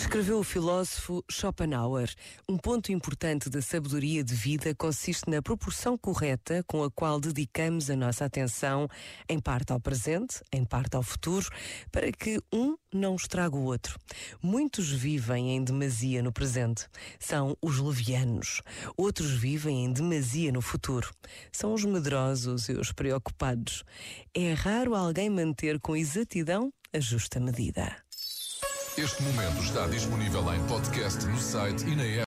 Escreveu o filósofo Schopenhauer: um ponto importante da sabedoria de vida consiste na proporção correta com a qual dedicamos a nossa atenção, em parte ao presente, em parte ao futuro, para que um não estrague o outro. Muitos vivem em demasia no presente. São os levianos. Outros vivem em demasia no futuro. São os medrosos e os preocupados. É raro alguém manter com exatidão a justa medida. Este momento está disponível em podcast no site e na app.